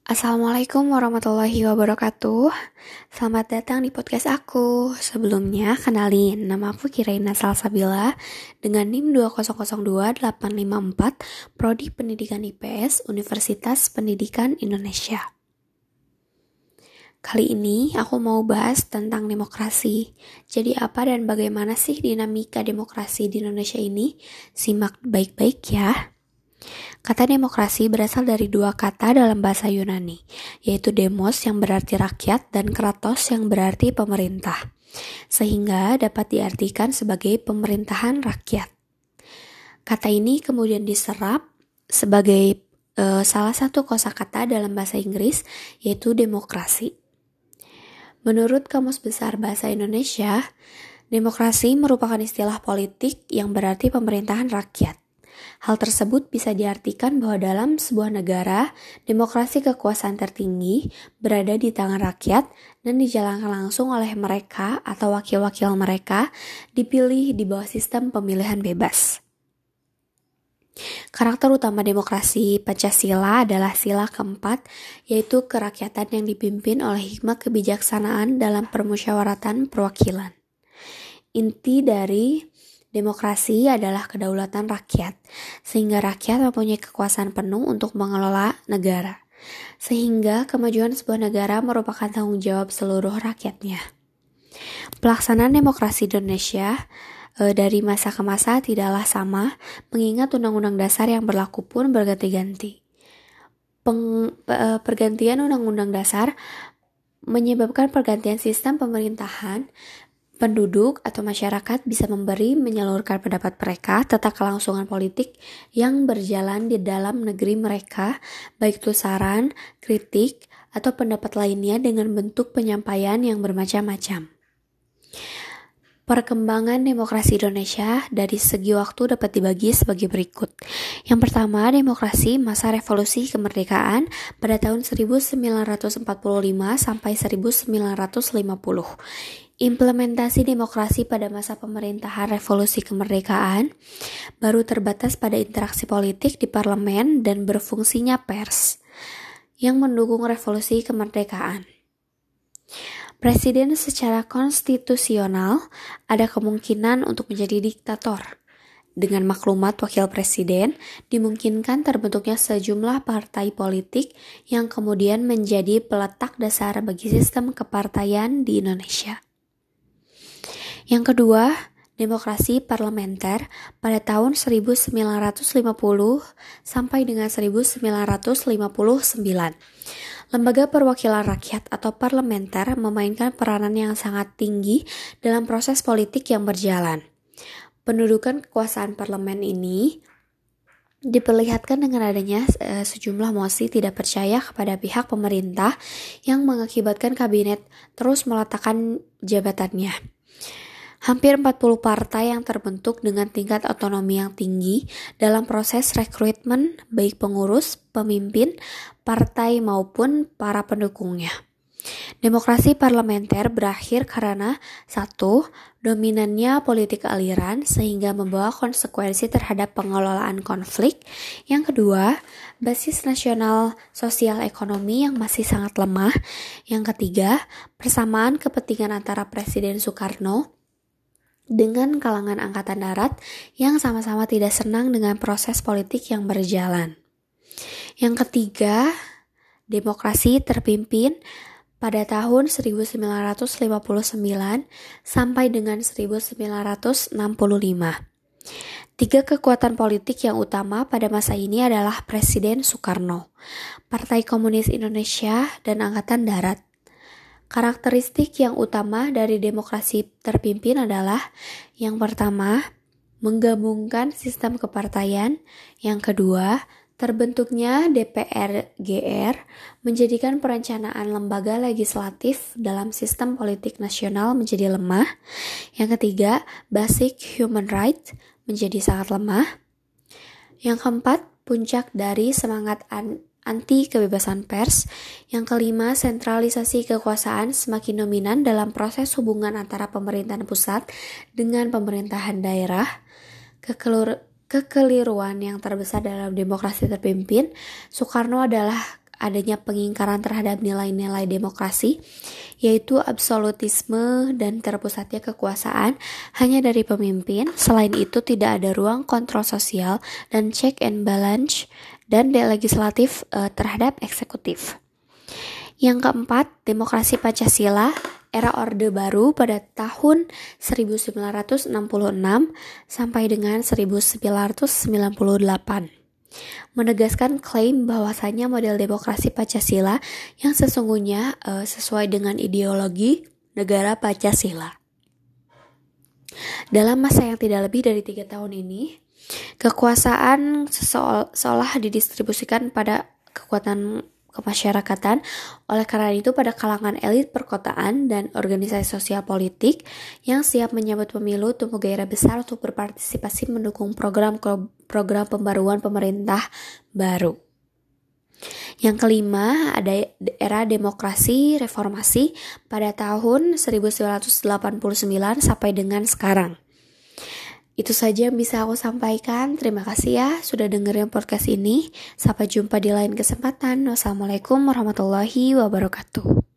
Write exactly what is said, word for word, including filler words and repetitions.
Assalamualaikum warahmatullahi wabarakatuh. Selamat datang di podcast aku. Sebelumnya, kenalin, nama aku Kiraina Salsabila dengan NIM dua nol nol dua delapan lima empat, Prodi Pendidikan I P S, Universitas Pendidikan Indonesia. Kali ini aku mau bahas tentang demokrasi. Jadi apa dan bagaimana sih dinamika demokrasi di Indonesia ini? Simak baik-baik ya. Kata demokrasi berasal dari dua kata dalam bahasa Yunani, yaitu demos yang berarti rakyat dan kratos yang berarti pemerintah, sehingga dapat diartikan sebagai pemerintahan rakyat. Kata ini kemudian diserap sebagai e, salah satu kosakata dalam bahasa Inggris, yaitu demokrasi. Menurut Kamus Besar Bahasa Indonesia, demokrasi merupakan istilah politik yang berarti pemerintahan rakyat. Hal tersebut bisa diartikan bahwa dalam sebuah negara, demokrasi kekuasaan tertinggi berada di tangan rakyat dan dijalankan langsung oleh mereka atau wakil-wakil mereka dipilih di bawah sistem pemilihan bebas. Karakter utama demokrasi Pancasila adalah sila keempat, yaitu kerakyatan yang dipimpin oleh hikmat kebijaksanaan dalam permusyawaratan perwakilan. Inti dari demokrasi adalah kedaulatan rakyat, sehingga rakyat mempunyai kekuasaan penuh untuk mengelola negara, sehingga kemajuan sebuah negara merupakan tanggung jawab seluruh rakyatnya. Pelaksanaan demokrasi di Indonesia e, dari masa ke masa tidaklah sama, mengingat Undang-Undang Dasar yang berlaku pun berganti-ganti. Peng, e, pergantian Undang-Undang Dasar menyebabkan pergantian sistem pemerintahan. Penduduk atau masyarakat bisa memberi menyalurkan pendapat mereka tentang kelangsungan politik yang berjalan di dalam negeri mereka, baik itu saran, kritik, atau pendapat lainnya dengan bentuk penyampaian yang bermacam-macam. Perkembangan demokrasi Indonesia dari segi waktu dapat dibagi sebagai berikut. Yang pertama, demokrasi masa revolusi kemerdekaan pada tahun seribu sembilan ratus empat puluh lima sampai seribu sembilan ratus lima puluh. Implementasi demokrasi pada masa pemerintahan revolusi kemerdekaan baru terbatas pada interaksi politik di parlemen dan berfungsinya pers yang mendukung revolusi kemerdekaan. Presiden secara konstitusional ada kemungkinan untuk menjadi diktator. Dengan maklumat wakil presiden, dimungkinkan terbentuknya sejumlah partai politik yang kemudian menjadi peletak dasar bagi sistem kepartaian di Indonesia. Yang kedua, demokrasi parlementer pada tahun seribu sembilan ratus lima puluh sampai dengan seribu sembilan ratus lima puluh sembilan. Lembaga perwakilan rakyat atau parlementer memainkan peranan yang sangat tinggi dalam proses politik yang berjalan. Pendudukan kekuasaan parlemen ini diperlihatkan dengan adanya e, sejumlah mosi tidak percaya kepada pihak pemerintah yang mengakibatkan kabinet terus meletakkan jabatannya. Hampir empat puluh partai yang terbentuk dengan tingkat otonomi yang tinggi dalam proses rekrutmen baik pengurus, pemimpin, partai maupun para pendukungnya. Demokrasi parlementer berakhir karena satu. Dominannya politik aliran sehingga membawa konsekuensi terhadap pengelolaan konflik. Yang kedua, basis nasional sosial ekonomi yang masih sangat lemah. Yang ketiga, persamaan kepentingan antara Presiden Soekarno dengan kalangan angkatan darat yang sama-sama tidak senang dengan proses politik yang berjalan. Yang ketiga, demokrasi terpimpin pada tahun seribu sembilan ratus lima puluh sembilan sampai dengan seribu sembilan ratus enam puluh lima. Tiga kekuatan politik yang utama pada masa ini adalah Presiden Soekarno, Partai Komunis Indonesia, dan Angkatan Darat. Karakteristik yang utama dari demokrasi terpimpin adalah yang pertama, menggabungkan sistem kepartaian. Yang kedua, terbentuknya D P R G R menjadikan perencanaan lembaga legislatif dalam sistem politik nasional menjadi lemah. Yang ketiga, basic human rights menjadi sangat lemah. Yang keempat, puncak dari semangat an- anti kebebasan pers. Yang kelima, sentralisasi kekuasaan semakin dominan dalam proses hubungan antara pemerintahan pusat dengan pemerintahan daerah. Kekelur- kekeliruan yang terbesar dalam demokrasi terpimpin, Soekarno adalah adanya pengingkaran terhadap nilai-nilai demokrasi, yaitu absolutisme dan terpusatnya kekuasaan hanya dari pemimpin. Selain itu, tidak ada ruang kontrol sosial dan check and balance dan legislatif uh, terhadap eksekutif. Yang keempat, demokrasi Pancasila, era Orde Baru pada tahun seribu sembilan ratus enam puluh enam sampai dengan seribu sembilan ratus sembilan puluh delapan. Menegaskan klaim bahwasanya model demokrasi Pancasila yang sesungguhnya uh, sesuai dengan ideologi negara Pancasila. Dalam masa yang tidak lebih dari tiga tahun ini, kekuasaan seolah didistribusikan pada kekuatan kemasyarakatan. Oleh karena itu, pada kalangan elit perkotaan dan organisasi sosial politik yang siap menyambut pemilu tumbuh gairah besar untuk berpartisipasi mendukung program-program pembaruan pemerintah baru. Yang kelima, ada era demokrasi reformasi pada tahun seribu sembilan ratus delapan puluh sembilan sampai dengan sekarang. Itu saja yang bisa aku sampaikan. Terima kasih ya sudah dengerin podcast ini. Sampai jumpa di lain kesempatan. Wassalamualaikum warahmatullahi wabarakatuh.